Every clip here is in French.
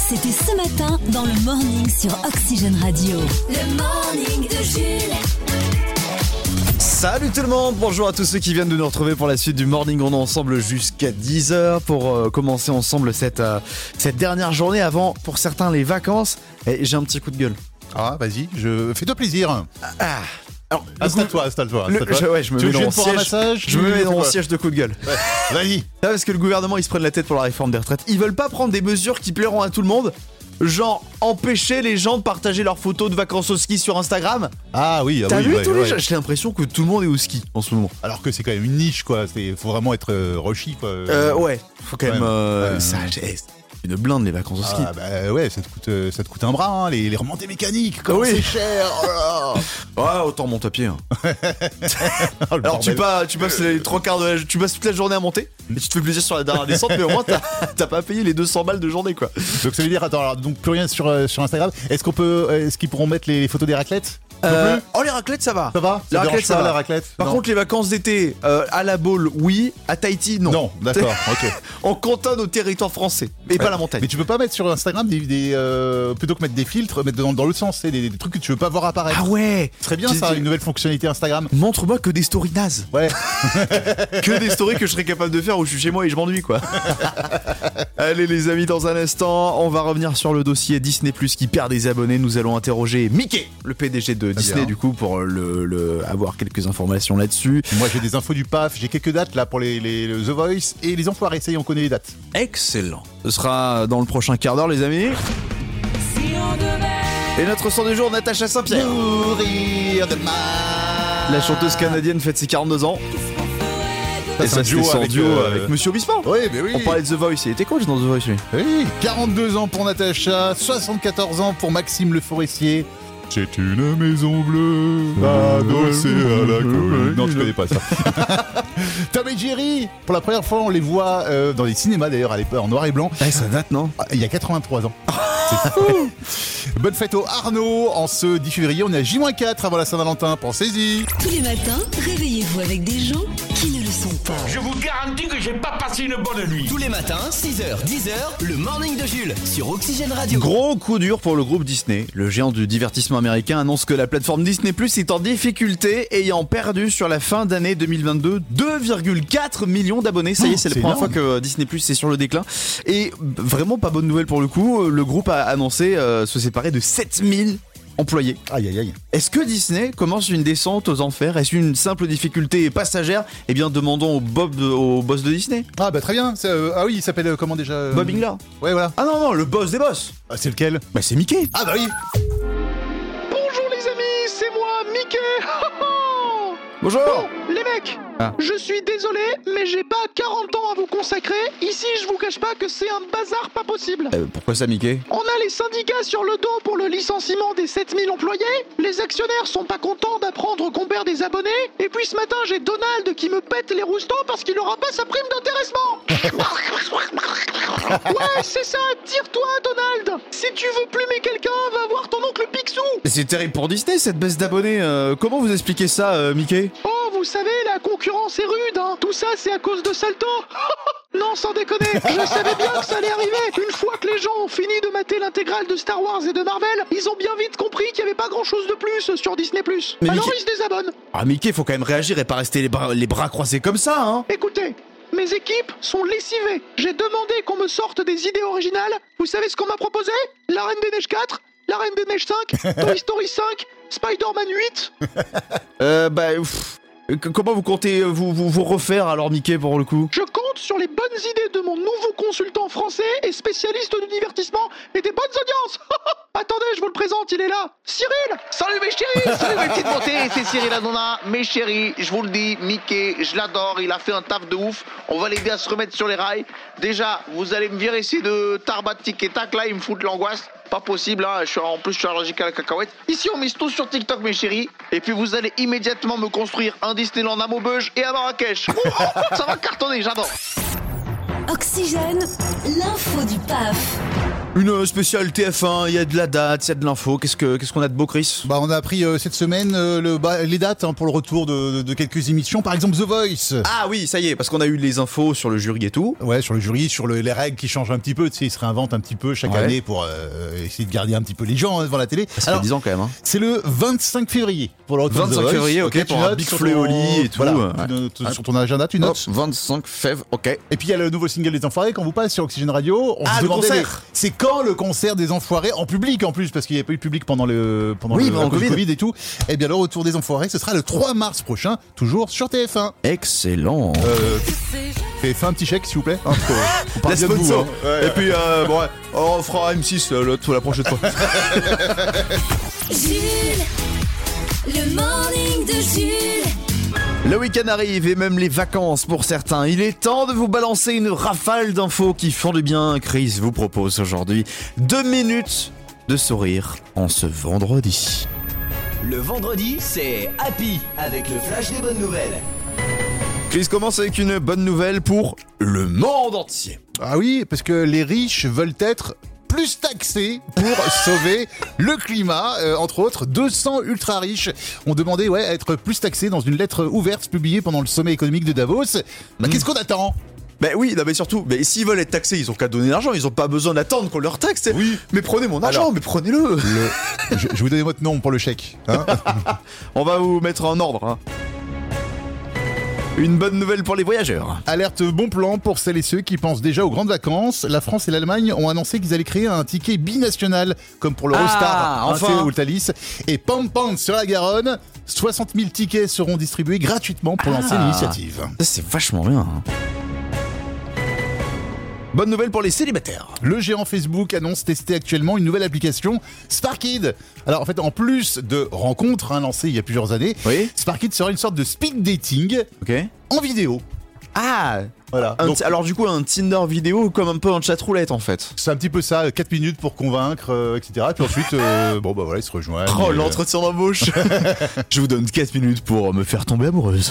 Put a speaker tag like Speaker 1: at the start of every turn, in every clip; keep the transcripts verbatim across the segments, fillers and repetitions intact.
Speaker 1: c'était ce matin dans le Morning sur Oxygène Radio. Le Morning de Jules.
Speaker 2: Salut tout le monde, bonjour à tous ceux qui viennent de nous retrouver pour la suite du Morning. On est ensemble jusqu'à dix heures pour euh, commencer ensemble cette, euh, cette dernière journée avant, pour certains, les vacances. Et j'ai un petit coup de gueule.
Speaker 3: Ah, vas-y, je... fais-toi plaisir.
Speaker 2: Ah. Alors,
Speaker 3: installe-toi, installe-toi.
Speaker 2: Le, je, ouais, je me
Speaker 3: tu
Speaker 2: mets dans mon siège.
Speaker 3: Massage,
Speaker 2: je me mets dans mon siège de coup de gueule.
Speaker 3: Ouais. Vas-y.
Speaker 2: Là, parce que le gouvernement, ils se prennent la tête pour la réforme des retraites. Ils veulent pas prendre des mesures qui plairont à tout le monde. Genre, empêcher les gens de partager leurs photos de vacances au ski sur Instagram.
Speaker 3: Ah oui, ah
Speaker 2: T'as
Speaker 3: oui,
Speaker 2: vu
Speaker 3: ouais,
Speaker 2: tous les
Speaker 3: ouais.
Speaker 2: gens. J'ai l'impression que tout le monde est au ski en ce moment.
Speaker 3: Alors que c'est quand même une niche, quoi. Il faut vraiment être euh, rushy, quoi.
Speaker 2: Euh, ouais, faut quand
Speaker 3: ouais,
Speaker 2: même. Euh,
Speaker 3: ouais,
Speaker 2: ça,
Speaker 3: ouais.
Speaker 2: C'est une blinde les vacances au ski.
Speaker 3: Ah bah ouais, ça te coûte, euh, ça te coûte un bras, hein, les, les remontées mécaniques, comment
Speaker 2: oui.
Speaker 3: c'est cher. Oh
Speaker 2: Ouais, autant monte à pied. Hein.
Speaker 3: oh,
Speaker 2: Alors tu, pas, tu passes les trois quarts de la, tu passes toute la journée à monter, et tu te fais plaisir sur la dernière descente, mais au moins t'as, t'as pas payé les deux cents balles de journée, quoi.
Speaker 3: Donc ça veut dire, attends, alors, donc plus rien sur, euh, sur Instagram. Est-ce qu'on peut, est-ce qu'ils pourront mettre les, les photos des raclettes?
Speaker 2: Euh, oh, les raclettes, ça va.
Speaker 3: Ça va.
Speaker 2: La raclette, ça va.
Speaker 3: La raclette.
Speaker 2: Par
Speaker 3: non.
Speaker 2: contre, les vacances d'été, euh, à la Baule, oui. À Tahiti, non.
Speaker 3: Non, d'accord, ok.
Speaker 2: On cantonne au territoire français, et
Speaker 3: ouais.
Speaker 2: pas la montagne.
Speaker 3: Mais tu peux pas mettre sur Instagram des, des euh, plutôt que mettre des filtres, mettre dans, dans l'autre sens, c'est des, des trucs que tu veux pas voir apparaître.
Speaker 2: Ah ouais.
Speaker 3: Ce serait bien
Speaker 2: J'ai-
Speaker 3: ça, une nouvelle fonctionnalité Instagram.
Speaker 2: Montre-moi que des stories nazes.
Speaker 3: Ouais.
Speaker 2: Que des stories que je serais capable de faire où je suis chez moi et je m'ennuie, quoi. Allez les amis, dans un instant, on va revenir sur le dossier Disney Plus qui perd des abonnés. Nous allons interroger Mickey, le P D G de
Speaker 3: Très
Speaker 2: Disney,
Speaker 3: bien.
Speaker 2: du coup, pour le, le avoir quelques informations là-dessus.
Speaker 3: Moi j'ai des infos du P A F, j'ai quelques dates là pour les, les, le The Voice et les Enfoirés, ça y est, on connaît les dates.
Speaker 2: Excellent. Ce sera dans le prochain quart d'heure, les amis. Et notre son du jour, Natacha Saint-Pierre.
Speaker 3: Mourir de mal.
Speaker 2: La chanteuse canadienne fête ses quarante-deux ans. Et
Speaker 3: c'est
Speaker 2: ça,
Speaker 3: un duo
Speaker 2: c'était son
Speaker 3: avec,
Speaker 2: duo
Speaker 3: euh,
Speaker 2: avec Monsieur Obispo.
Speaker 3: Oui, mais oui.
Speaker 2: On parlait de The Voice, il était coach dans The Voice, lui.
Speaker 3: Oui, quarante-deux ans pour Natacha, soixante-quatorze ans pour Maxime Le Forestier. C'est une maison bleue adossée à la colline. Non, je connais pas ça. Tom et Jerry, pour la première fois, on les voit euh, dans les cinémas d'ailleurs à l'époque en noir et blanc.
Speaker 2: Ouais, ça date, non?
Speaker 3: Ah, il y a quatre-vingt-trois ans. C'est fou. Bonne fête au Arnaud. En ce dix février, on est à J moins quatre avant la Saint-Valentin. Pensez-y.
Speaker 1: Tous les matins, réveillez-vous avec des gens qui ne le sont pas.
Speaker 4: Je vous garantis que j'ai pas passé une bonne nuit.
Speaker 5: Tous les matins, six heures, dix heures, le Morning de Jules sur Oxygène Radio.
Speaker 2: Gros coup dur pour le groupe Disney. Le géant du divertissement américain annonce que la plateforme Disney Plus est en difficulté, ayant perdu sur la fin d'année deux mille vingt-deux deux virgule quatre millions d'abonnés. Ça y est, c'est
Speaker 3: Oh,
Speaker 2: la
Speaker 3: c'est
Speaker 2: première
Speaker 3: énorme.
Speaker 2: fois que Disney Plus est sur le déclin. Et vraiment pas bonne nouvelle pour le coup. Le groupe a annoncé euh, se séparer de sept mille employés.
Speaker 3: Aïe, aïe, aïe.
Speaker 2: Est-ce que Disney commence une descente aux enfers? Est-ce une simple difficulté passagère? Eh bien, demandons au, Bob de- au boss de Disney.
Speaker 3: Ah bah très bien. C'est, euh, ah oui, il s'appelle euh, comment déjà euh,
Speaker 2: Bob Iger.
Speaker 3: Ouais, voilà.
Speaker 2: Ah non, non, le boss des boss.
Speaker 3: Ah, c'est lequel?
Speaker 2: Bah c'est Mickey.
Speaker 3: Ah bah oui.
Speaker 6: Bonjour les amis, c'est moi, Mickey.
Speaker 2: Bonjour.
Speaker 6: Bon, les mecs,
Speaker 2: Ah.
Speaker 6: je suis désolé, mais j'ai pas quarante ans à vous consacrer. Ici, je vous cache pas que c'est un bazar pas possible.
Speaker 2: Euh, pourquoi ça, Mickey?
Speaker 6: On a les syndicats sur le dos pour le licenciement des sept mille employés. Les actionnaires sont pas contents d'apprendre qu'on perd des abonnés. Et puis ce matin, j'ai Donald qui me pète les roustons parce qu'il aura pas sa prime d'intéressement. Ouais, c'est ça, tire-toi, Donald. Si tu veux plumer quelqu'un, va voir ton oncle Picsou.
Speaker 2: C'est terrible pour Disney cette baisse d'abonnés. Euh, comment vous expliquez ça, euh, Mickey?
Speaker 6: Oh, vous savez, la concurrence est rude, hein. Tout ça, c'est à cause de Salto. Non, sans déconner, je savais bien que ça allait arriver. Une fois que les gens ont fini de mater l'intégrale de Star Wars et de Marvel, ils ont bien vite compris qu'il n'y avait pas grand-chose de plus sur Disney+.
Speaker 2: Mais
Speaker 6: Alors
Speaker 2: Mickey-
Speaker 6: ils se désabonnent.
Speaker 2: Ah, Mickey, faut quand même réagir et pas rester les bras, les bras croisés comme ça, hein.
Speaker 6: Écoutez, mes équipes sont lessivées. J'ai demandé qu'on me sorte des idées originales. Vous savez ce qu'on m'a proposé? La Reine des Neiges quatre, La Reine des Neiges cinq, Toy Story cinq, Spider-Man huit.
Speaker 2: Euh, bah... pff, euh, comment vous comptez euh, vous, vous, vous refaire alors, Mickey, pour le coup?
Speaker 6: Je compte sur les bonnes idées de mon nouveau consultant français et spécialiste du divertissement et des bonnes audiences. Attendez, je vous le présente, il est là. Cyril.
Speaker 7: Salut mes chéris, salut mes petites beautés, c'est Cyril Hanouna. Mes chéris, je vous le dis, Mickey, je l'adore, il a fait un taf de ouf. On va l'aider à se remettre sur les rails. Déjà, vous allez me virer ici de Tarbat Tic et Tac, là, il me fout de l'angoisse. Pas possible, hein. je suis, en plus je suis allergique à la cacahuète. Ici on mise tout sur TikTok mes chéris. Et puis vous allez immédiatement me construire un Disneyland à Maubeuge et à Marrakech. Oh, ça va cartonner, j'adore.
Speaker 1: Oxygène, l'info du P A F.
Speaker 2: Une spéciale T F un, il y a de la date, il y a de l'info. Qu'est-ce que qu'est-ce qu'on a de beau, Chris?
Speaker 3: Bah, on a appris euh, cette semaine euh, le, bah, les dates hein, pour le retour de, de, de quelques émissions. Par exemple, The Voice.
Speaker 2: Ah oui, ça y est, parce qu'on a eu les infos sur le jury et tout.
Speaker 3: Ouais, sur le jury, sur le, les règles qui changent un petit peu. Tu sais, ils se réinventent un petit peu chaque
Speaker 2: Ouais.
Speaker 3: année pour euh, essayer de garder un petit peu les gens hein, devant la télé.
Speaker 2: Ça fait dix ans quand même. Hein.
Speaker 3: C'est le vingt-cinq février pour le retour de The
Speaker 2: vingt-cinq
Speaker 3: Voice.
Speaker 2: février, ok,
Speaker 3: tu
Speaker 2: pour un
Speaker 3: notes
Speaker 2: Big
Speaker 3: sur
Speaker 2: Fléoli
Speaker 3: ton-
Speaker 2: et tout,
Speaker 3: Voilà,
Speaker 2: ouais.
Speaker 3: tu notes sur ton agenda, tu notes.
Speaker 2: Hop, vingt-cinq février, ok.
Speaker 3: Et puis il y a le nouveau single des Enfoirés qu'on vous passe sur Oxygène Radio. On
Speaker 2: Ah,
Speaker 3: se
Speaker 2: le
Speaker 3: demandait,
Speaker 2: concert.
Speaker 3: mais c'est quand le concert des Enfoirés en public en plus parce qu'il n'y avait pas eu de public pendant le pendant
Speaker 2: Oui,
Speaker 3: le,
Speaker 2: pendant
Speaker 3: à cause
Speaker 2: le
Speaker 3: du
Speaker 2: Covid.
Speaker 3: Covid et tout. Et bien le retour des Enfoirés, ce sera le trois mars prochain, toujours sur T F un.
Speaker 2: Excellent.
Speaker 3: Euh, T F un, un petit chèque s'il vous plaît. Hein, parce qu'on- on parle
Speaker 2: La
Speaker 3: bien de vous,
Speaker 2: sponsor.
Speaker 3: hein. Ouais,
Speaker 2: Et puis, euh, bon, ouais, on fera M six euh, l'autre la prochaine fois.
Speaker 1: Jules, le morning de Jules.
Speaker 2: Le week-end arrive et même les vacances pour certains. Il est temps de vous balancer une rafale d'infos qui font du bien. Chris vous propose aujourd'hui deux minutes de sourire en ce vendredi.
Speaker 5: Le vendredi, c'est Happy avec le flash des bonnes nouvelles.
Speaker 2: Chris commence avec une bonne nouvelle pour le monde entier.
Speaker 3: Ah oui, parce que les riches veulent être plus taxés pour sauver le climat. Euh, entre autres, deux cents ultra riches ont demandé ouais, à être plus taxés dans une lettre ouverte publiée pendant le sommet économique de Davos. Bah, Qu'est-ce qu'on attend?
Speaker 2: Ben oui, non mais surtout, mais s'ils veulent être taxés, ils ont qu'à donner l'argent, ils ont pas besoin d'attendre qu'on leur taxe.
Speaker 3: Oui.
Speaker 2: Mais prenez mon argent,
Speaker 3: Alors,
Speaker 2: mais prenez-le.
Speaker 3: Le- je, je vais vous donner votre nom pour le chèque. Hein.
Speaker 2: On va vous mettre en ordre. Hein. Une bonne nouvelle pour les voyageurs.
Speaker 3: Alerte bon plan pour celles et ceux qui pensent déjà aux grandes vacances. La France et l'Allemagne ont annoncé qu'ils allaient créer un ticket binational, comme pour l'Eurostar,
Speaker 2: Ah,
Speaker 3: hein,
Speaker 2: enfin.
Speaker 3: tu sais, ou le Thalys. Et pam pam sur la Garonne, soixante mille tickets seront distribués gratuitement pour lancer
Speaker 2: Ah.
Speaker 3: l'initiative.
Speaker 2: Ça, c'est vachement bien. hein. Bonne nouvelle pour les célibataires.
Speaker 3: Le géant Facebook annonce tester actuellement une nouvelle application, Sparkid. Alors en fait, en plus de rencontres hein, lancées il y a plusieurs années,
Speaker 2: Oui.
Speaker 3: Sparkid sera une sorte de speed dating
Speaker 2: Ok.
Speaker 3: en vidéo.
Speaker 2: Ah
Speaker 3: Voilà.
Speaker 2: un
Speaker 3: Donc,
Speaker 2: t- Alors du coup, un Tinder vidéo comme un peu un chat roulette en fait.
Speaker 3: c'est un petit peu ça, quatre minutes pour convaincre, euh, et cetera. Et puis ensuite, euh, bon bah voilà, ils se rejoignent.
Speaker 2: Oh,
Speaker 3: et, euh,
Speaker 2: l'entretien d'embauche. Je vous donne quatre minutes pour me faire tomber amoureuse.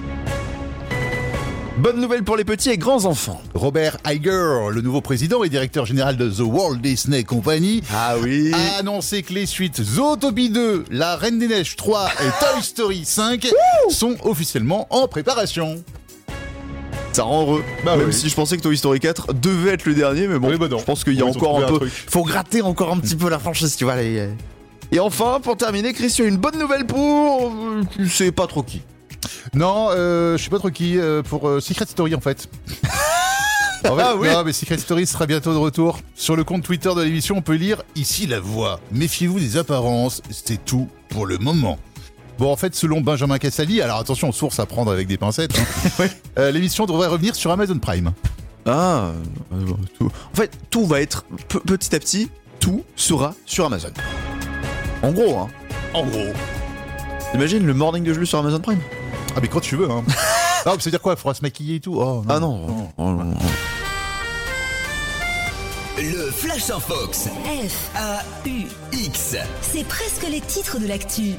Speaker 2: Bonne nouvelle pour les petits et grands enfants.
Speaker 3: Robert Iger, le nouveau président et directeur général de The Walt Disney Company,
Speaker 2: Ah oui.
Speaker 3: a annoncé que les suites Zootopie deux, La Reine des Neiges trois et Toy Story cinq sont officiellement en préparation.
Speaker 2: Ça rend heureux.
Speaker 3: Bah
Speaker 2: Même
Speaker 3: oui.
Speaker 2: si je pensais que Toy Story quatre devait être le dernier, mais bon,
Speaker 3: Oui, bah non.
Speaker 2: je pense qu'il y a
Speaker 3: Ils ont
Speaker 2: encore
Speaker 3: trouvé
Speaker 2: un
Speaker 3: un
Speaker 2: peu.
Speaker 3: truc.
Speaker 2: Faut gratter encore un petit peu la franchise, tu vois. les- Et enfin, pour terminer, Christian, une bonne nouvelle pour. euh, Tu sais pas trop qui.
Speaker 3: Non, euh, je sais pas trop qui, euh, pour euh, Secret Story en fait. En fait,
Speaker 2: Ah oui.
Speaker 3: Non, mais Secret Story sera bientôt de retour. Sur le compte Twitter de l'émission, on peut lire « Ici la voix. Méfiez-vous des apparences, c'est tout pour le moment ». Bon, en fait, selon Benjamin Castaldi, alors attention, source à prendre avec des pincettes, hein,
Speaker 2: Ouais.
Speaker 3: euh, l'émission devrait revenir sur Amazon Prime.
Speaker 2: Ah. euh, tout. En fait, tout va être pe- petit à petit, tout sera sur Amazon. En gros, hein.
Speaker 3: En gros.
Speaker 2: Imagine le morning de Jules sur Amazon Prime.
Speaker 3: Ah, mais quand tu veux, hein. Ah, mais ça veut dire quoi? Faudra se maquiller et tout? Oh,
Speaker 2: Ah non. Oh, non, non.
Speaker 5: Le Flash en Fox.
Speaker 1: F,
Speaker 5: A U X.
Speaker 1: c'est presque les titres de l'actu.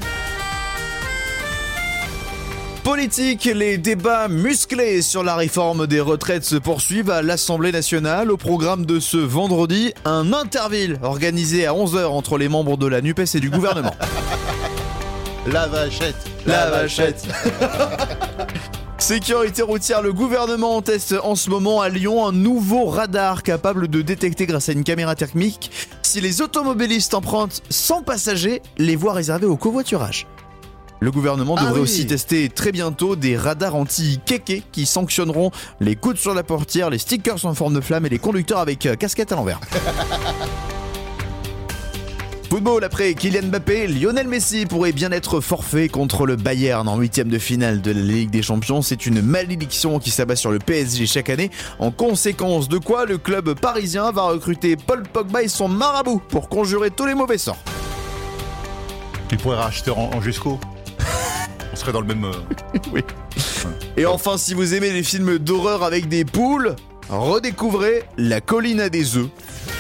Speaker 2: Politique, les débats musclés sur la réforme des retraites se poursuivent à l'Assemblée nationale. Au programme de ce vendredi, un interville organisé à onze heures entre les membres de la NUPES et du gouvernement.
Speaker 3: La vachette.
Speaker 2: La vachette. Sécurité routière, le gouvernement teste en ce moment à Lyon un nouveau radar capable de détecter grâce à une caméra thermique si les automobilistes empruntent sans passagers les voies réservées au covoiturage. Le gouvernement
Speaker 3: Ah
Speaker 2: devrait
Speaker 3: oui.
Speaker 2: aussi tester très bientôt des radars anti-kéké qui sanctionneront les coudes sur la portière, les stickers en forme de flamme et les conducteurs avec euh, casquette à l'envers. Football, après Kylian Mbappé, Lionel Messi pourrait bien être forfait contre le Bayern en huitième de finale de la Ligue des Champions. C'est une malédiction qui s'abat sur le P S G chaque année. En conséquence de quoi, le club parisien va recruter Paul Pogba et son marabout pour conjurer tous les mauvais sorts.
Speaker 3: Il pourrait racheter en, en Jusco. On serait dans le même... euh,
Speaker 2: Oui. Et enfin, si vous aimez les films d'horreur avec des poules, redécouvrez La colline à des œufs.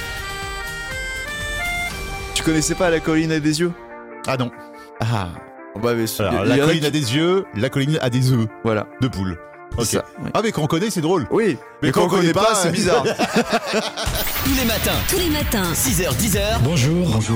Speaker 2: Tu connaissais pas La colline à des yeux?
Speaker 3: Ah non.
Speaker 2: Ah. Bah, mais c'est-
Speaker 3: Alors,
Speaker 2: il y
Speaker 3: la
Speaker 2: en a
Speaker 3: colline
Speaker 2: qui-
Speaker 3: a des yeux, la colline a des œufs
Speaker 2: Voilà.
Speaker 3: de poule. Ok.
Speaker 2: Ça, oui.
Speaker 3: Ah, mais quand on connaît, c'est drôle.
Speaker 2: Oui, mais,
Speaker 3: Mais
Speaker 2: quand on connaît pas, c'est
Speaker 3: euh,
Speaker 2: bizarre.
Speaker 5: Tous les matins,
Speaker 1: Tous les matins,
Speaker 5: six heures dix heures.
Speaker 8: Bonjour. Bonjour.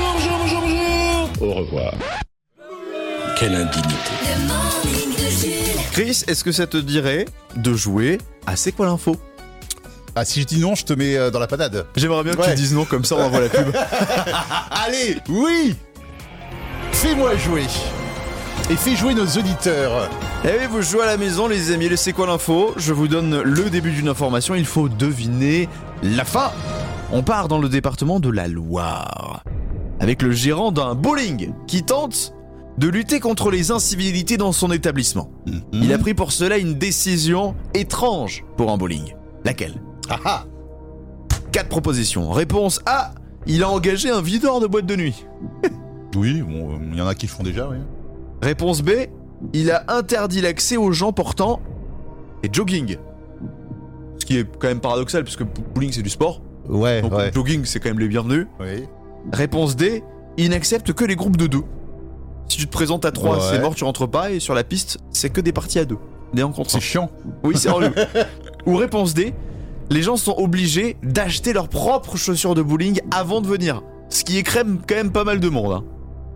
Speaker 4: Au revoir.
Speaker 8: Quelle indignité.
Speaker 1: le morning de Jules.
Speaker 2: Chris, est-ce que ça te dirait de jouer à C'est quoi l'info?
Speaker 3: Ah, si je dis non, je te mets euh, dans la panade.
Speaker 2: J'aimerais bien que
Speaker 3: Ouais.
Speaker 2: tu dises non, comme ça on envoie la pub.
Speaker 3: Allez, oui. Fais-moi jouer. Et fais jouer nos auditeurs.
Speaker 2: Eh oui, vous jouez à la maison, les amis. Le C'est quoi l'info? Je vous donne le début d'une information. Il faut deviner la fin. On part dans le département de la Loire avec le gérant d'un bowling qui tente de lutter contre les incivilités dans son établissement.
Speaker 3: Mmh.
Speaker 2: Il a pris pour cela une décision étrange pour un bowling. Laquelle?
Speaker 3: Ah ah.
Speaker 2: Quatre propositions. Réponse A. Il a engagé un videur de boîte de nuit.
Speaker 3: Oui, bon, il y en a qui le font déjà, oui.
Speaker 2: Réponse B. Il a interdit l'accès aux gens portant des jogging. Ce qui est quand même paradoxal puisque bowling c'est du sport.
Speaker 3: Ouais,
Speaker 2: Donc
Speaker 3: ouais.
Speaker 2: jogging c'est quand même les bienvenus.
Speaker 3: Oui.
Speaker 2: Réponse D. Il n'accepte que les groupes de deux. Si tu te présentes à trois,
Speaker 3: Ouais.
Speaker 2: c'est mort, tu rentres pas. Et sur la piste, c'est que des parties à deux. Des en contre
Speaker 3: C'est
Speaker 2: un.
Speaker 3: chiant.
Speaker 2: Oui, c'est relou. Ou réponse D. Les gens sont obligés d'acheter leurs propres chaussures de bowling avant de venir. Ce qui écrème quand même pas mal de monde. Hein.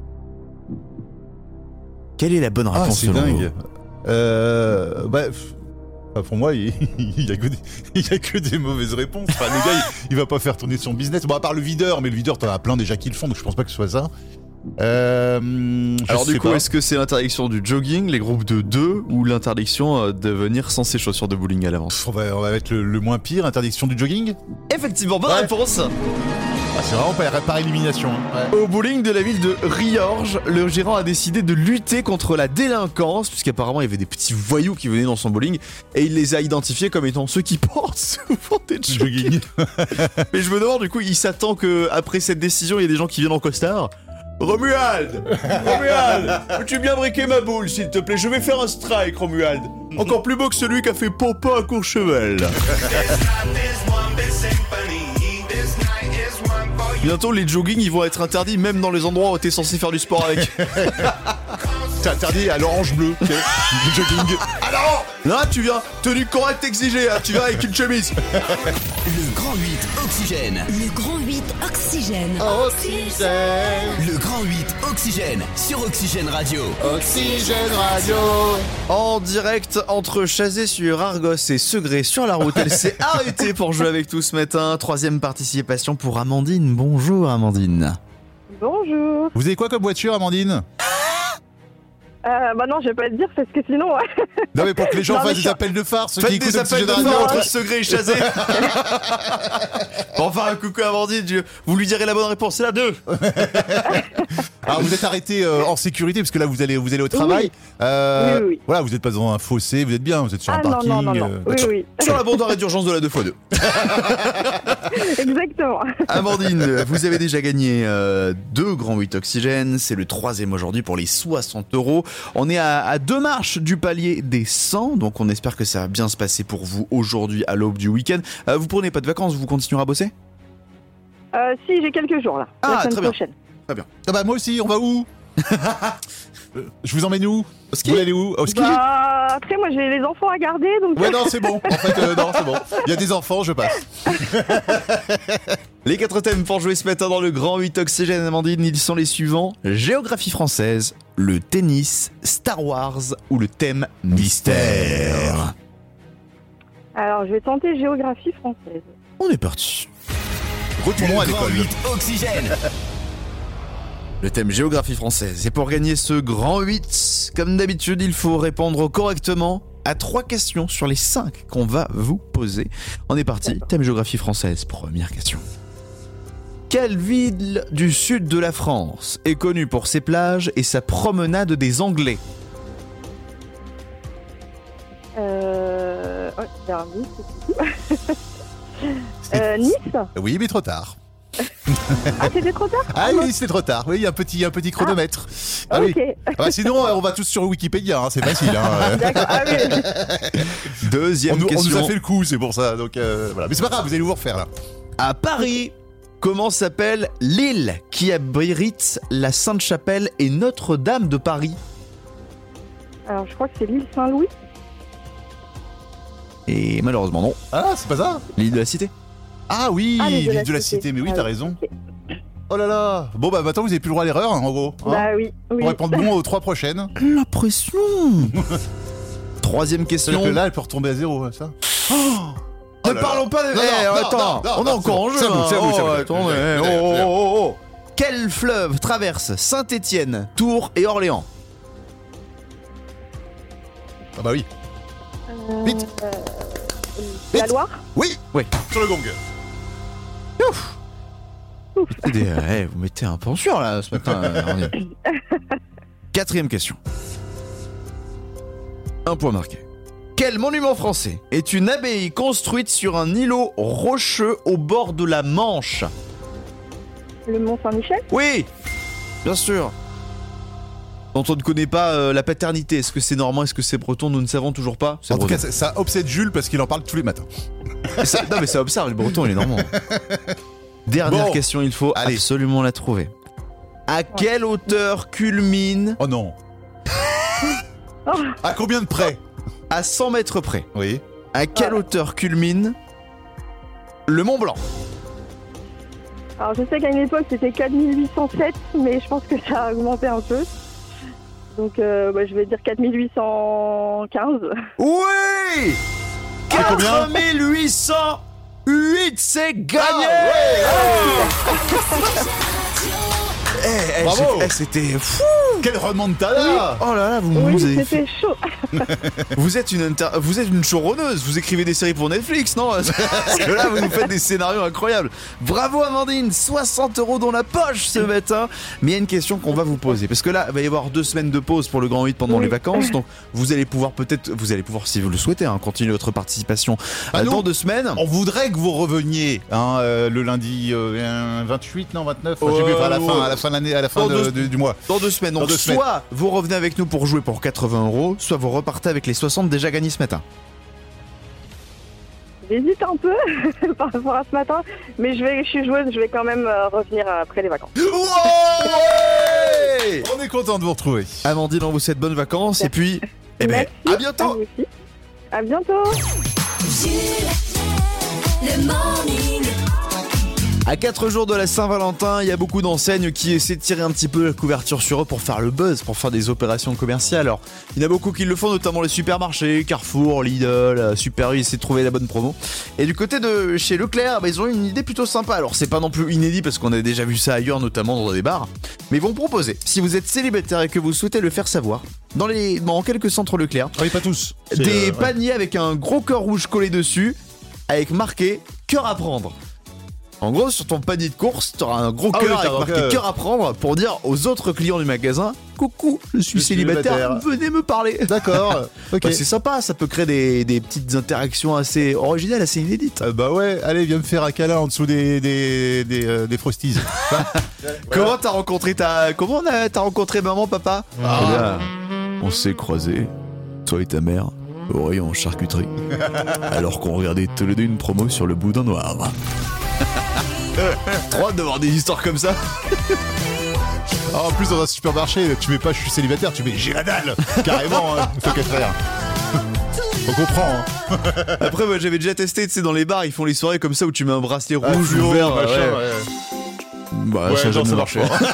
Speaker 2: Quelle est la bonne
Speaker 3: Ah,
Speaker 2: réponse
Speaker 3: c'est
Speaker 2: selon
Speaker 3: dingue.
Speaker 2: vous?
Speaker 3: Euh. Bah. pff, bah, pour moi, il il y, a que des, il y a que des mauvaises réponses. Enfin, le gars, il, il va pas faire tourner son business. Bon, à part le videur, mais le videur, t'en as plein déjà qui le font, donc je pense pas que ce soit ça. Euh. je
Speaker 2: Alors
Speaker 3: sais
Speaker 2: du coup,
Speaker 3: pas.
Speaker 2: est-ce que c'est l'interdiction du jogging, les groupes de deux, ou l'interdiction euh, de venir sans ses chaussures de bowling à l'avance?
Speaker 3: Pff, on va, on va mettre le, le moins pire, interdiction du jogging.
Speaker 2: Effectivement, bonne
Speaker 3: Ouais.
Speaker 2: réponse.
Speaker 3: Ah, c'est vraiment par, par élimination. Hein. Ouais.
Speaker 2: Au bowling de la ville de Riorges, le gérant a décidé de lutter contre la délinquance, puisqu'apparemment il y avait des petits voyous qui venaient dans son bowling, et il les a identifiés comme étant ceux qui portent souvent des jogging.
Speaker 3: Jogging.
Speaker 2: Mais je me demande du coup, il s'attend que après cette décision, il y a des gens qui viennent en costard. Romuald Romuald peux-tu bien briquer ma boule, s'il te plaît? Je vais faire un strike, Romuald. Encore plus beau que celui qui a fait Popa à Courchevel. Bientôt, les joggings, ils vont être interdits même dans les endroits où t'es censé faire du sport avec.
Speaker 3: C'est interdit à l'orange bleu. ok. Le jogging.
Speaker 2: Alors non, tu viens, tenue correcte exigée, hein, tu viens avec une chemise.
Speaker 5: Le Grand huit Oxygène.
Speaker 1: Le grand huit Oxygène.
Speaker 5: Le Grand huit Oxygène sur Oxygène Radio.
Speaker 3: Oxygène Radio.
Speaker 2: En direct entre Chazé-sur-Argos et Segré sur la route, elle s'est arrêtée pour jouer avec tout ce matin. Troisième participation pour Amandine. Bonjour Amandine.
Speaker 9: Bonjour.
Speaker 3: Vous avez quoi comme voiture, Amandine?
Speaker 9: Euh, bah non, je vais pas te dire parce que sinon.
Speaker 3: Non, mais pour que les gens
Speaker 9: Non, mais
Speaker 3: fassent
Speaker 9: je
Speaker 3: des
Speaker 9: suis-
Speaker 3: appels de phare, ceux qui
Speaker 2: Faites
Speaker 3: écoutent
Speaker 2: des appels
Speaker 3: Oxygène
Speaker 2: de phare
Speaker 3: Radio.
Speaker 2: entre Segré et Chazé. Bon, enfin, un coucou à Amandine, je- vous lui direz la bonne réponse, c'est la deux.
Speaker 3: Alors vous êtes arrêté euh, en sécurité parce que là vous allez vous allez au travail. Euh,
Speaker 9: Oui, oui, oui.
Speaker 3: Voilà, vous n'êtes pas dans un fossé, vous êtes bien, vous êtes sur
Speaker 9: Ah
Speaker 3: un
Speaker 9: non,
Speaker 3: parking.
Speaker 9: non, non, non.
Speaker 3: euh,
Speaker 9: Oui,
Speaker 3: d'accord.
Speaker 9: oui.
Speaker 2: Sur la bande d'arrêt d'urgence de la deux fois deux.
Speaker 9: Exactement.
Speaker 2: Amandine, vous avez déjà gagné euh, deux grands huit Oxygène, c'est le troisième aujourd'hui pour les soixante euros. On est à, à deux marches du palier des cent, donc on espère que ça va bien se passer pour vous aujourd'hui à l'aube du week-end. Euh, vous prenez pas de vacances, vous continuerez à bosser?
Speaker 9: Euh, si, j'ai quelques jours là.
Speaker 2: Ah,
Speaker 9: la semaine
Speaker 2: très bien.
Speaker 9: prochaine.
Speaker 3: Ah bah moi aussi, on va où? Euh, Je vous emmène où?
Speaker 2: Au ski?
Speaker 3: Vous voulez aller où? Au ski?
Speaker 9: Bah, après, moi j'ai les enfants à garder donc.
Speaker 3: Ouais, non, c'est bon. En fait, euh, non, c'est bon. Il y a des enfants, je passe.
Speaker 2: Les quatre thèmes pour jouer ce matin dans le grand huit Oxygène, Amandine, ils sont les suivants: géographie française, le tennis, Star Wars ou le thème mystère.
Speaker 9: Alors, je vais tenter géographie française.
Speaker 2: On est parti.
Speaker 3: Retournons à
Speaker 5: Le Grand
Speaker 3: l'école.
Speaker 5: huit Oxygène.
Speaker 2: Le thème géographie française. Et pour gagner ce grand huit, comme d'habitude, il faut répondre correctement à trois questions sur les cinq qu'on va vous poser. On est parti. Thème géographie française. Première question. Quelle ville du sud de la France est connue pour ses plages et sa promenade des Anglais?
Speaker 9: Euh. Ouais, c'est un Nice, c'est tout. euh, Nice.
Speaker 3: Oui, mais trop tard.
Speaker 9: Ah, c'était trop tard.
Speaker 3: Ah oui, c'était trop tard. Oui, il y a un petit, un petit chronomètre. Ah oui.
Speaker 9: Ok.
Speaker 3: Ah bah, sinon, euh, on va tous sur Wikipédia, hein, c'est facile. Hein.
Speaker 9: D'accord. Ah oui.
Speaker 2: Deuxième
Speaker 3: On nous, on
Speaker 2: question.
Speaker 3: nous a fait le coup, c'est pour ça. Donc euh, voilà. Mais c'est pas grave, vous allez vous refaire là.
Speaker 2: À Paris, comment s'appelle l'île qui abrite la Sainte-Chapelle et Notre-Dame de Paris?
Speaker 9: Alors, je crois que c'est l'île Saint-Louis.
Speaker 2: Et malheureusement non.
Speaker 3: Ah, c'est pas ça.
Speaker 2: L'île de la Cité.
Speaker 3: Ah oui,
Speaker 9: Ah,
Speaker 3: l'île
Speaker 9: l'île
Speaker 3: de la Cité, mais oui,
Speaker 9: Ah
Speaker 3: t'as
Speaker 9: oui,
Speaker 3: raison.
Speaker 9: ok.
Speaker 3: Oh là là. Bon bah maintenant vous avez plus le droit à l'erreur, hein, en gros. Hein,
Speaker 9: Bah oui, oui.
Speaker 3: pour répondre bon aux trois prochaines.
Speaker 2: La pression. Troisième question.
Speaker 3: C'est-à-dire que là, elle peut retomber à zéro, ça.
Speaker 2: Oh ne
Speaker 3: là
Speaker 2: parlons
Speaker 3: là.
Speaker 2: pas de...
Speaker 3: Non,
Speaker 2: Eh,
Speaker 3: non, non,
Speaker 2: attends,
Speaker 3: non, non,
Speaker 2: on est
Speaker 3: non,
Speaker 2: encore en jeu.
Speaker 3: c'est à vous,
Speaker 2: hein.
Speaker 3: c'est à vous, c'est à vous.
Speaker 2: Oh, attendez,
Speaker 3: Venez,
Speaker 2: oh,
Speaker 3: venez,
Speaker 2: oh,
Speaker 3: venez.
Speaker 2: oh, oh. Quel fleuve traverse Saint-Étienne, Tours et Orléans?
Speaker 3: Ah bah oui.
Speaker 9: Euh,
Speaker 3: Vite.
Speaker 9: euh, La
Speaker 3: Vite.
Speaker 9: Loire.
Speaker 3: Oui.
Speaker 2: Oui.
Speaker 3: Sur le gong.
Speaker 2: Des- eh, vous mettez un pension là ce matin. euh, on est- Quatrième question. Un point marqué. Quel monument français est une abbaye construite sur un îlot rocheux au bord de la Manche?
Speaker 9: Le Mont Saint-Michel.
Speaker 2: Oui, bien sûr. Dont on ne connaît pas euh, la paternité. Est-ce que c'est normand? Est-ce que c'est breton? Nous ne savons toujours pas. C'est
Speaker 3: En tout
Speaker 2: breton.
Speaker 3: cas, ça, ça obsède Jules parce qu'il en parle tous les matins.
Speaker 2: Ça- non mais ça observe, le breton il est normand. Dernière
Speaker 3: Bon.
Speaker 2: question, il faut
Speaker 3: Allez.
Speaker 2: absolument la trouver. À quelle hauteur culmine,
Speaker 3: Oh non. À combien de près?
Speaker 2: à cent mètres près,
Speaker 3: Oui.
Speaker 2: à quelle hauteur culmine le Mont Blanc?
Speaker 9: Alors je sais qu'à une époque c'était quatre mille huit cent sept, mais je pense que ça a augmenté un peu. Donc euh, bah, je vais dire quatre mille huit cent quinze.
Speaker 2: Oui,
Speaker 3: Ah, combien?
Speaker 2: quatre mille huit cent huit, c'est gagné. Eh, eh,
Speaker 3: Bravo.
Speaker 2: j'ai- eh, c'était fou.
Speaker 3: Quel remontada.
Speaker 2: Oh là là, vous,
Speaker 9: Oui,
Speaker 2: vous, avez
Speaker 9: c'était chaud.
Speaker 2: vous êtes une inter- vous êtes une showrunneuse, vous écrivez des séries pour Netflix, non? Parce que là, vous nous faites des scénarios incroyables. Bravo Amandine, soixante euros dans la poche ce matin. Mais il y a une question qu'on va vous poser, parce que là, il va y avoir deux semaines de pause pour le Grand huit pendant
Speaker 9: Oui.
Speaker 2: les vacances, donc vous allez pouvoir peut-être, vous allez pouvoir, si vous le souhaitez, hein, continuer votre participation
Speaker 3: Ah
Speaker 2: euh,
Speaker 3: non.
Speaker 2: dans deux semaines.
Speaker 3: On voudrait que vous reveniez hein, euh, le lundi euh, vingt-huit, non vingt-neuf, enfin, je sais plus, enfin, à la fin, à la fin de l'année, à la fin
Speaker 2: Dans
Speaker 3: de-
Speaker 2: deux-
Speaker 3: de- du mois.
Speaker 2: Dans deux semaines,
Speaker 3: Dans
Speaker 2: donc
Speaker 3: deux semaines.
Speaker 2: soit vous revenez avec nous pour jouer pour quatre-vingts euros, soit vous repartez avec les soixante déjà gagnés ce matin.
Speaker 9: J'hésite un peu par rapport à ce matin, mais je, vais, je suis joueuse, je vais quand même euh, revenir après les vacances.
Speaker 2: Ouais.
Speaker 3: On est content de vous retrouver.
Speaker 2: Amandine, on vous souhaite bonnes vacances et puis, eh ben,
Speaker 9: Merci.
Speaker 2: à bientôt.
Speaker 9: vous aussi. À bientôt.
Speaker 1: Jules, le morning.
Speaker 2: À quatre jours de la Saint-Valentin, il y a beaucoup d'enseignes qui essaient de tirer un petit peu la couverture sur eux pour faire le buzz, pour faire des opérations commerciales. Alors, il y en a beaucoup qui le font, notamment les supermarchés, Carrefour, Lidl, Super U, ils essaient de trouver la bonne promo. Et du côté de chez Leclerc, bah, ils ont une idée plutôt sympa. Alors, c'est pas non plus inédit parce qu'on a déjà vu ça ailleurs, notamment dans des bars. Mais ils vont proposer, si vous êtes célibataire et que vous souhaitez le faire savoir, dans, les, dans quelques centres Leclerc,
Speaker 3: Oui, pas tous. C'est,
Speaker 2: des
Speaker 3: euh, ouais.
Speaker 2: paniers avec un gros cœur rouge collé dessus, avec marqué cœur à prendre. En gros, sur ton panier de course, tu auras un gros
Speaker 3: Ah
Speaker 2: cœur
Speaker 3: oui,
Speaker 2: avec
Speaker 3: t'as
Speaker 2: marqué
Speaker 3: donc, euh,
Speaker 2: cœur à prendre pour dire aux autres clients du magasin coucou, je suis
Speaker 3: Je suis
Speaker 2: célibataire,
Speaker 3: célibataire.
Speaker 2: venez me parler.
Speaker 3: D'accord. Ok.
Speaker 2: Bah, c'est sympa, ça peut créer des, des petites interactions assez originales, assez inédites.
Speaker 3: Euh, bah ouais, allez, viens me faire un câlin en dessous des des des, euh, des frosties.
Speaker 2: Comment t'as rencontré ta comment on a- t'as rencontré maman, papa?
Speaker 3: Ah.
Speaker 2: Eh bien, on s'est croisés, toi et ta mère, au rayon charcuterie, alors qu'on regardait tous les deux une promo sur le boudin noir. Trop hâte d'avoir des histoires comme ça.
Speaker 3: Ah, en plus, dans un supermarché, tu mets pas je suis célibataire, tu mets j'ai la dalle. Carrément, hein, faut qu'à faire. On comprend. Hein.
Speaker 2: Après, moi, j'avais déjà testé, tu sais, dans les bars, ils font les soirées comme ça où tu mets un bracelet
Speaker 3: Ah,
Speaker 2: rouge ou
Speaker 3: fluo,
Speaker 2: vert.
Speaker 3: machin,
Speaker 2: ouais.
Speaker 3: ouais.
Speaker 2: Bah,
Speaker 3: Ouais,
Speaker 2: ça a
Speaker 3: non,
Speaker 2: jamais
Speaker 3: ça
Speaker 2: marché.
Speaker 3: marche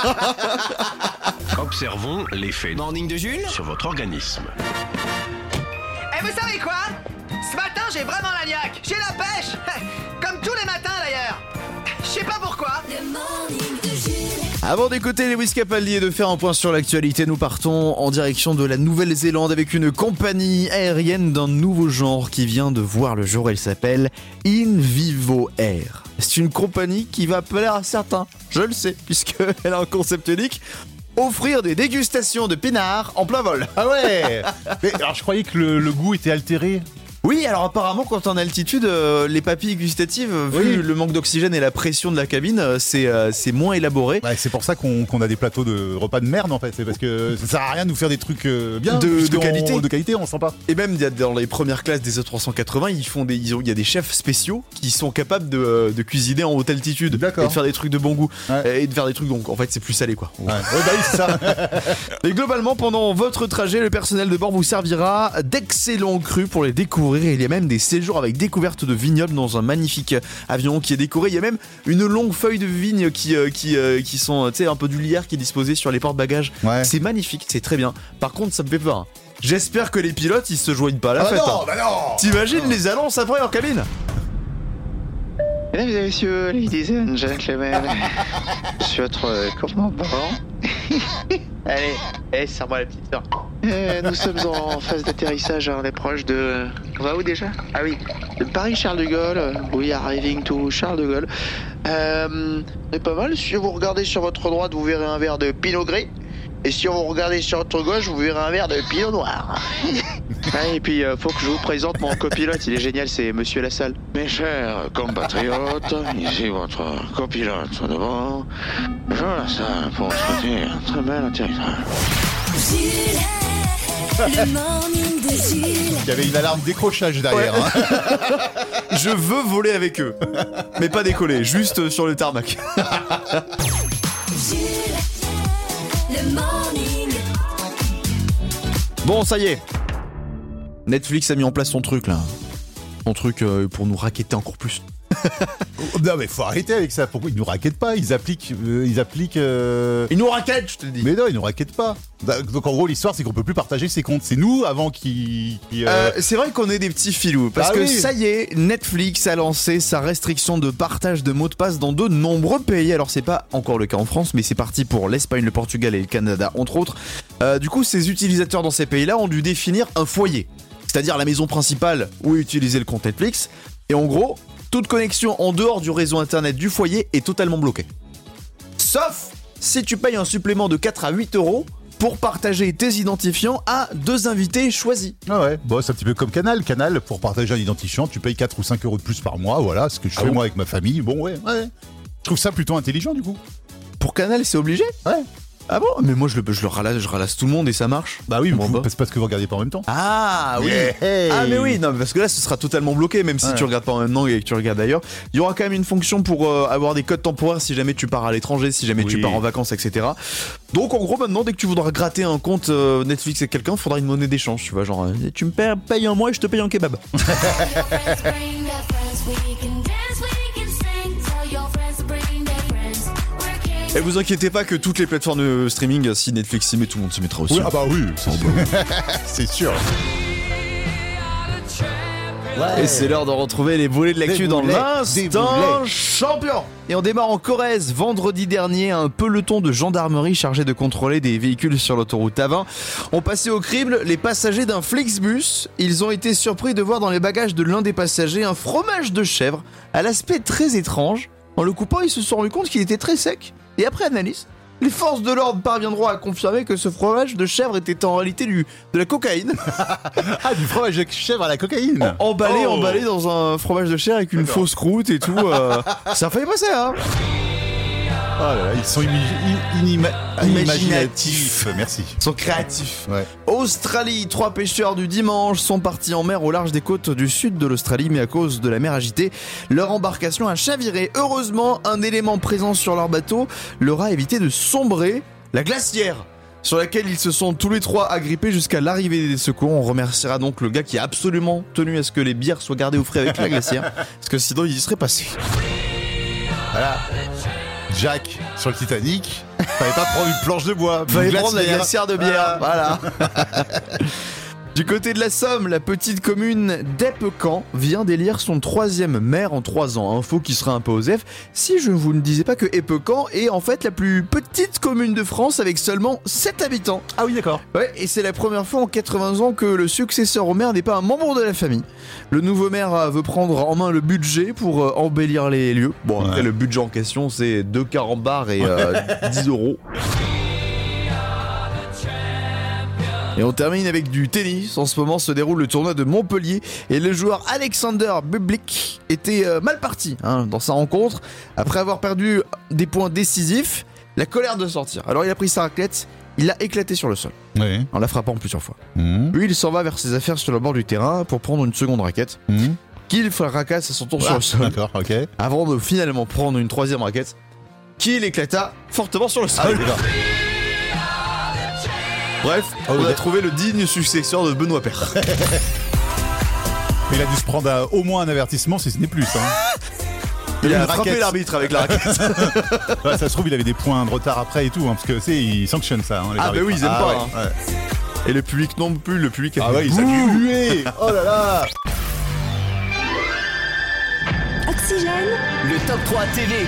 Speaker 8: Observons l'effet
Speaker 5: Morning de Jules.
Speaker 8: sur votre organisme.
Speaker 10: Et vous savez quoi? Ce matin, j'ai vraiment la niaque. J'ai la pêche. Comme tous les matins d'ailleurs. Je sais pas pourquoi.
Speaker 1: Le morning de Jules.
Speaker 2: Avant d'écouter Lewis Capaldi et de faire un point sur l'actualité, nous partons en direction de la Nouvelle-Zélande avec une compagnie aérienne d'un nouveau genre qui vient de voir le jour. Elle s'appelle InVivo Air. C'est une compagnie qui va plaire à certains, je le sais, puisqu'elle a un concept unique. Offrir des dégustations de pinard en plein vol.
Speaker 3: Ah ouais. Mais alors, je croyais que le, le goût était altéré.
Speaker 2: Oui, alors apparemment quand on est en altitude, euh, les papilles gustatives, euh, vu
Speaker 3: Oui.
Speaker 2: le manque d'oxygène et la pression de la cabine, euh, c'est euh, c'est moins élaboré.
Speaker 3: Ouais, c'est pour ça qu'on qu'on a des plateaux de repas de merde en fait. C'est parce que ça sert à rien de nous faire des trucs euh, bien
Speaker 2: De- de
Speaker 3: puisqu'on-
Speaker 2: qualité.
Speaker 3: De qualité, on sent pas.
Speaker 2: Et même il y a dans les premières classes des A trois cent quatre-vingts, ils font des, ils ont, il y a des chefs spéciaux qui sont capables de, euh, de cuisiner en haute altitude,
Speaker 3: D'accord.
Speaker 2: et de faire des trucs de bon goût,
Speaker 3: Ouais.
Speaker 2: et de faire des trucs donc en fait c'est plus salé quoi.
Speaker 3: Ouais, ouais bah oui, c'est ça.
Speaker 2: Et globalement pendant votre trajet, le personnel de bord vous servira d'excellents crus pour les découvrir. découvrir. Il y a même des séjours avec découverte de vignobles dans un magnifique avion qui est décoré. Il y a même une longue feuille de vigne qui, euh, qui, euh, qui sont, tu sais, un peu du lierre qui est disposé sur les porte-bagages. Ouais. C'est magnifique, c'est très bien. Par contre, ça me fait peur. Hein. J'espère que les pilotes, ils se joignent pas à la
Speaker 3: ah
Speaker 2: fête.
Speaker 3: Non,
Speaker 2: hein.
Speaker 3: bah non.
Speaker 2: T'imagines les annonces après en cabine?
Speaker 7: Mesdames et messieurs, ladies and gentlemen, je suis votre euh, commandant. Allez, hey, serre-moi la petite sœur. Euh, nous sommes en phase d'atterrissage, hein, on est proche de... On va où déjà? Ah oui, de Paris-Charles de Gaulle. We are arriving to Charles de Gaulle. Euh, c'est pas mal, si vous regardez sur votre droite, vous verrez un verre de Pinot Gris. Et si vous regardez sur votre gauche, vous verrez un verre de Pinot Noir. Ouais, et puis, euh, faut que je vous présente mon copilote, il est génial, c'est Monsieur Lassalle. Mes chers compatriotes, ici votre copilote de bord, Jean Lassalle, pour vous souhaiter un très bel atterrissage.
Speaker 1: Jules, le morning de Jules.
Speaker 3: Il y avait une alarme décrochage derrière. Ouais.
Speaker 2: Hein. Je veux voler avec eux, mais pas décoller, juste sur le tarmac.
Speaker 1: Jules, le morning.
Speaker 2: Bon, ça y est. Netflix a mis en place son truc là. Son truc euh, pour nous racketter encore plus.
Speaker 3: Non mais faut arrêter avec ça. Pourquoi ils nous rackettent pas? Ils appliquent, euh, ils appliquent. Euh...
Speaker 2: Ils nous rackettent, je te dis.
Speaker 3: Mais non, ils nous rackettent pas. Donc en gros l'histoire c'est qu'on peut plus partager ses comptes. C'est nous avant qui. qui euh...
Speaker 2: Euh, c'est vrai qu'on est des petits filous parce ah, que oui. Ça y est, Netflix a lancé sa restriction de partage de mots de passe dans de nombreux pays. Alors c'est pas encore le cas en France, mais c'est parti pour l'Espagne, le Portugal et le Canada entre autres. Euh, du coup, ces utilisateurs dans ces pays-là ont dû définir un foyer, c'est-à-dire la maison principale où utiliser le compte Netflix. Et en gros, toute connexion en dehors du réseau internet du foyer est totalement bloquée. Sauf si tu payes un supplément de quatre à huit euros pour partager tes identifiants à deux invités choisis.
Speaker 3: Ah ouais, bon, c'est un petit peu comme Canal. Canal, pour partager un identifiant, tu payes quatre ou cinq euros de plus par mois. Voilà, ce que je ah fais bon moi avec ma famille. Bon, ouais, ouais. Je trouve ça plutôt intelligent du coup.
Speaker 2: Pour Canal, c'est obligé ?
Speaker 3: Ouais.
Speaker 2: Ah bon? Mais moi je le, je le ralasse, je ralasse tout le monde et ça marche.
Speaker 3: Bah oui, bon, vous, c'est parce que vous regardez pas en même temps.
Speaker 2: Ah oui.
Speaker 3: Yeah.
Speaker 2: Ah mais oui, non parce que là ce sera totalement bloqué même si ouais. tu regardes pas en même temps et que tu regardes ailleurs. Il y aura quand même une fonction pour euh, avoir des codes temporaires si jamais tu pars à l'étranger, si jamais oui. tu pars en vacances, et cetera. Donc en gros maintenant dès que tu voudras gratter un compte euh, Netflix avec quelqu'un, il faudra une monnaie d'échange, tu vois, genre euh, tu me payes, payes un mois et je te paye un kebab. Et vous inquiétez pas que toutes les plateformes de streaming, si Netflix s'y met, tout le monde se mettra aussi.
Speaker 3: Oui, ah bah oui, c'est, c'est sûr.
Speaker 2: Ouais. Et c'est l'heure de retrouver les volets de l'actu dans l'instant champion. Et on démarre en Corrèze. Vendredi dernier, un peloton de gendarmerie chargé de contrôler des véhicules sur l'autoroute A vingt ont passé au crible les passagers d'un Flixbus. Ils ont été surpris de voir dans les bagages de l'un des passagers un fromage de chèvre à l'aspect très étrange. En le coupant, ils se sont rendus compte qu'il était très sec. Et après analyse, les forces de l'ordre parviendront à confirmer que ce fromage de chèvre était en réalité du, de la cocaïne.
Speaker 3: Ah, du fromage de chèvre à la cocaïne.
Speaker 2: En, emballé, oh. emballé dans un fromage de chèvre avec une D'accord. fausse croûte et tout. Euh, ça a failli passer, hein.
Speaker 3: Oh là là, ils sont imi- inima- imaginatifs. Merci.
Speaker 2: Ils sont créatifs.
Speaker 3: Ouais.
Speaker 2: Australie, trois pêcheurs du dimanche sont partis en mer au large des côtes du sud de l'Australie, mais à cause de la mer agitée, leur embarcation a chaviré. Heureusement, un élément présent sur leur bateau leur a évité de sombrer, la glacière sur laquelle ils se sont tous les trois agrippés jusqu'à l'arrivée des secours. On remerciera donc le gars qui a absolument tenu à ce que les bières soient gardées au frais avec la glacière, parce que sinon il y serait passé.
Speaker 3: Voilà. Jack sur le Titanic, fallait pas prendre une planche de bois,
Speaker 2: fallait prendre la glacière de bière. Voilà. Du côté de la Somme, la petite commune d'Épecan vient d'élire son troisième maire en trois ans. Info qui sera un peu osef si je vous ne disais pas que Épecan est en fait la plus petite commune de France avec seulement sept habitants.
Speaker 3: Ah oui, d'accord.
Speaker 2: Ouais, et c'est la première fois en quatre-vingts ans que le successeur au maire n'est pas un membre de la famille. Le nouveau maire veut prendre en main le budget pour euh, embellir les lieux. Bon, après, ouais. le budget en question, c'est deux carambars et euh, dix euros. Et on termine avec du tennis. En ce moment se déroule le tournoi de Montpellier et le joueur Alexander Bublik était euh, mal parti hein, dans sa rencontre. Après avoir perdu des points décisifs, la colère de sortir. Alors il a pris sa raquette, il l'a éclaté sur le sol,
Speaker 3: oui.
Speaker 2: en la frappant plusieurs fois.
Speaker 3: Mmh.
Speaker 2: Puis il s'en va vers ses affaires sur le bord du terrain pour prendre une seconde raquette, mmh. qu'il fracasse à son tour ah, sur le sol,
Speaker 3: d'accord, okay.
Speaker 2: avant de finalement prendre une troisième raquette, qu'il éclata fortement sur le sol.
Speaker 3: Ah,
Speaker 2: Bref, oh, on a trouvé le digne successeur de Benoît Paire.
Speaker 3: Il a dû se prendre à, au moins un avertissement si ce n'est plus. Hein.
Speaker 2: Il, il a
Speaker 3: une
Speaker 2: frappé
Speaker 3: raquette.
Speaker 2: l'arbitre avec la raquette.
Speaker 3: Ouais, ça se trouve, il avait des points de retard après et tout, hein, parce que c'est, il sanctionne ça. Hein, les
Speaker 2: ah,
Speaker 3: arbitres.
Speaker 2: bah oui, ils aiment
Speaker 3: ah,
Speaker 2: pas.
Speaker 3: ouais,
Speaker 2: Hein.
Speaker 3: Ouais.
Speaker 2: Et le public non plus, le public a
Speaker 3: Ah
Speaker 2: fait
Speaker 3: ouais, il s'est hué. Oh là là.
Speaker 1: Oxygène,
Speaker 5: Le top trois T V.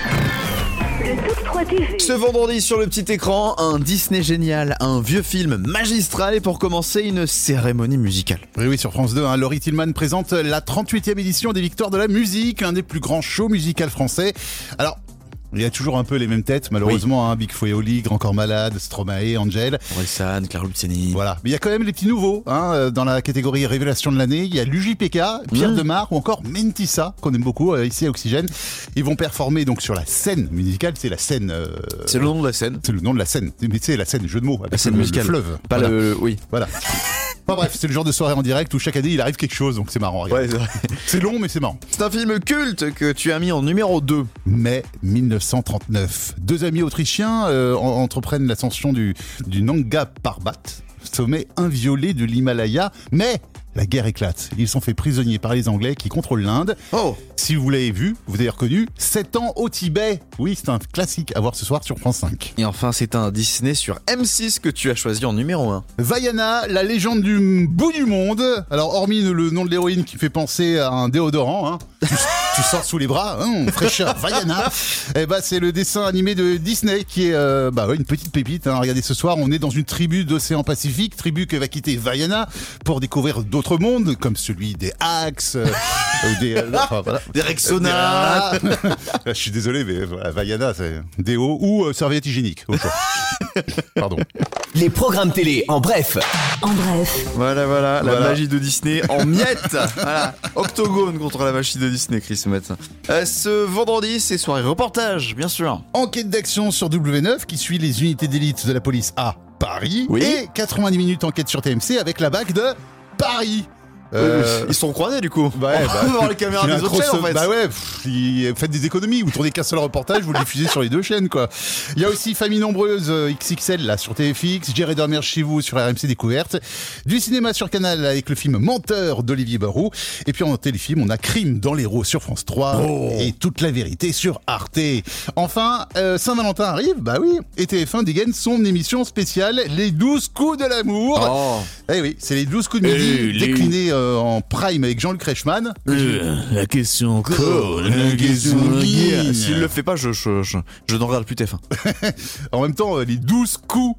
Speaker 1: le top trois T V.
Speaker 2: Ce vendredi sur le petit écran, un Disney génial, un vieux film magistral et pour commencer, une cérémonie musicale.
Speaker 3: Oui, oui, sur France deux, hein, Laurie Tillman présente la trente-huitième édition des Victoires de la musique, l'un des plus grands shows musicaux français. Alors, il y a toujours un peu les mêmes têtes, malheureusement, oui. hein, Big Flo et Oli, Grand Corps Malade, Stromae, Angel.
Speaker 2: Orelsan, Claire Luciani.
Speaker 3: Voilà. Mais il y a quand même les petits nouveaux, hein, dans la catégorie Révélation de l'année. Il y a l'U J P K, Pierre mmh. Demar ou encore Mentissa, qu'on aime beaucoup euh, ici à Oxygène. Ils vont performer donc sur la scène musicale, c'est la scène... Euh,
Speaker 2: c'est le nom de la scène.
Speaker 3: C'est le nom de la scène. Mais c'est la scène, jeu de mots. Avec
Speaker 2: la scène
Speaker 3: le,
Speaker 2: musicale.
Speaker 3: Le fleuve.
Speaker 2: Pas
Speaker 3: voilà.
Speaker 2: le... Oui.
Speaker 3: Voilà. Enfin bref, c'est le genre de soirée en direct où chaque année il arrive quelque chose, donc c'est marrant.
Speaker 2: Ouais, c'est, vrai.
Speaker 3: C'est long, mais c'est marrant.
Speaker 2: C'est un film culte que tu as mis en numéro deux.
Speaker 3: Mai dix-neuf cent trente-neuf. Deux amis autrichiens euh, entreprennent l'ascension du, du Nanga Parbat, sommet inviolé de l'Himalaya, mais la guerre éclate. Ils sont faits prisonniers par les Anglais qui contrôlent l'Inde.
Speaker 2: Oh.
Speaker 3: Si vous l'avez vu, vous avez reconnu, sept ans au Tibet. Oui, c'est un classique à voir ce soir sur France cinq.
Speaker 2: Et enfin, c'est un Disney sur M six que tu as choisi en numéro un.
Speaker 3: Vaiana, la légende du bout du monde. Alors, hormis le nom de l'héroïne qui fait penser à un déodorant, hein, tu, tu sors sous les bras, hein, fraîcheur, Vaiana. Eh ben, c'est le dessin animé de Disney qui est euh, bah, ouais, une petite pépite. Hein. Regardez, ce soir, on est dans une tribu d'océan Pacifique, tribu que va quitter Vaiana pour découvrir d'autres mondes, comme celui des Axe, euh, des, euh, enfin, voilà.
Speaker 2: des Rexona.
Speaker 3: Je suis désolé, mais voilà, Vaiana, c'est déo ou euh, serviette hygiénique. Au choix. Pardon.
Speaker 5: Les programmes télé, en bref.
Speaker 1: En bref.
Speaker 2: Voilà, voilà, la
Speaker 3: Voilà.
Speaker 2: magie de Disney en miettes. Voilà. Octogone contre la magie de Disney, Chris Met. Euh, ce vendredi, c'est soirée reportage, bien sûr.
Speaker 3: Enquête d'action sur W neuf qui suit les unités d'élite de la police à Paris.
Speaker 2: Oui.
Speaker 3: Et quatre-vingt-dix minutes enquête sur T M C avec la bague de Paris.
Speaker 2: Euh, Ils sont croisés du coup.
Speaker 3: Bah ouais,
Speaker 2: on
Speaker 3: bah,
Speaker 2: va voir les caméras des autres chaînes en fait.
Speaker 3: Bah ouais, pff, y- faites des économies, vous tournez qu'un seul reportage, vous le diffusez sur les deux chaînes quoi. Il y a aussi Famille Nombreuse euh, X X L là sur T F X, J'irai dormir chez vous sur R M C Découverte, du cinéma sur Canal avec le film Menteur d'Olivier Barou, et puis en téléfilm on a Crime dans l'Hérault sur France trois
Speaker 2: Oh.
Speaker 3: et Toute la vérité sur Arte. Enfin, euh, Saint-Valentin arrive, bah oui, et T F un dégaine son émission spéciale Les douze coups de l'amour.
Speaker 2: Oh.
Speaker 3: Eh oui, c'est les douze coups de midi
Speaker 2: Eh, les-
Speaker 3: déclinés euh, en prime avec Jean-Luc Reichmann.
Speaker 2: Euh, la question encore,
Speaker 3: la question qui-
Speaker 2: S'il le fait pas, je, je, je, je ne regarde plus T F un.
Speaker 3: En même temps, euh, les douze coups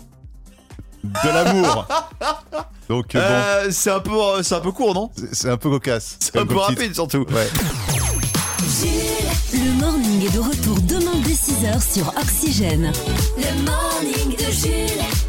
Speaker 3: de l'amour. Donc euh, bon,
Speaker 2: Euh, c'est un peu, euh, c'est un peu court, non?
Speaker 3: c'est- c'est un peu cocasse.
Speaker 2: C'est un peu
Speaker 3: comme titre.
Speaker 2: rapide surtout.
Speaker 3: Ouais.
Speaker 1: Jules, le morning est de retour demain dès six heures sur Oxygène. Le morning de Jules.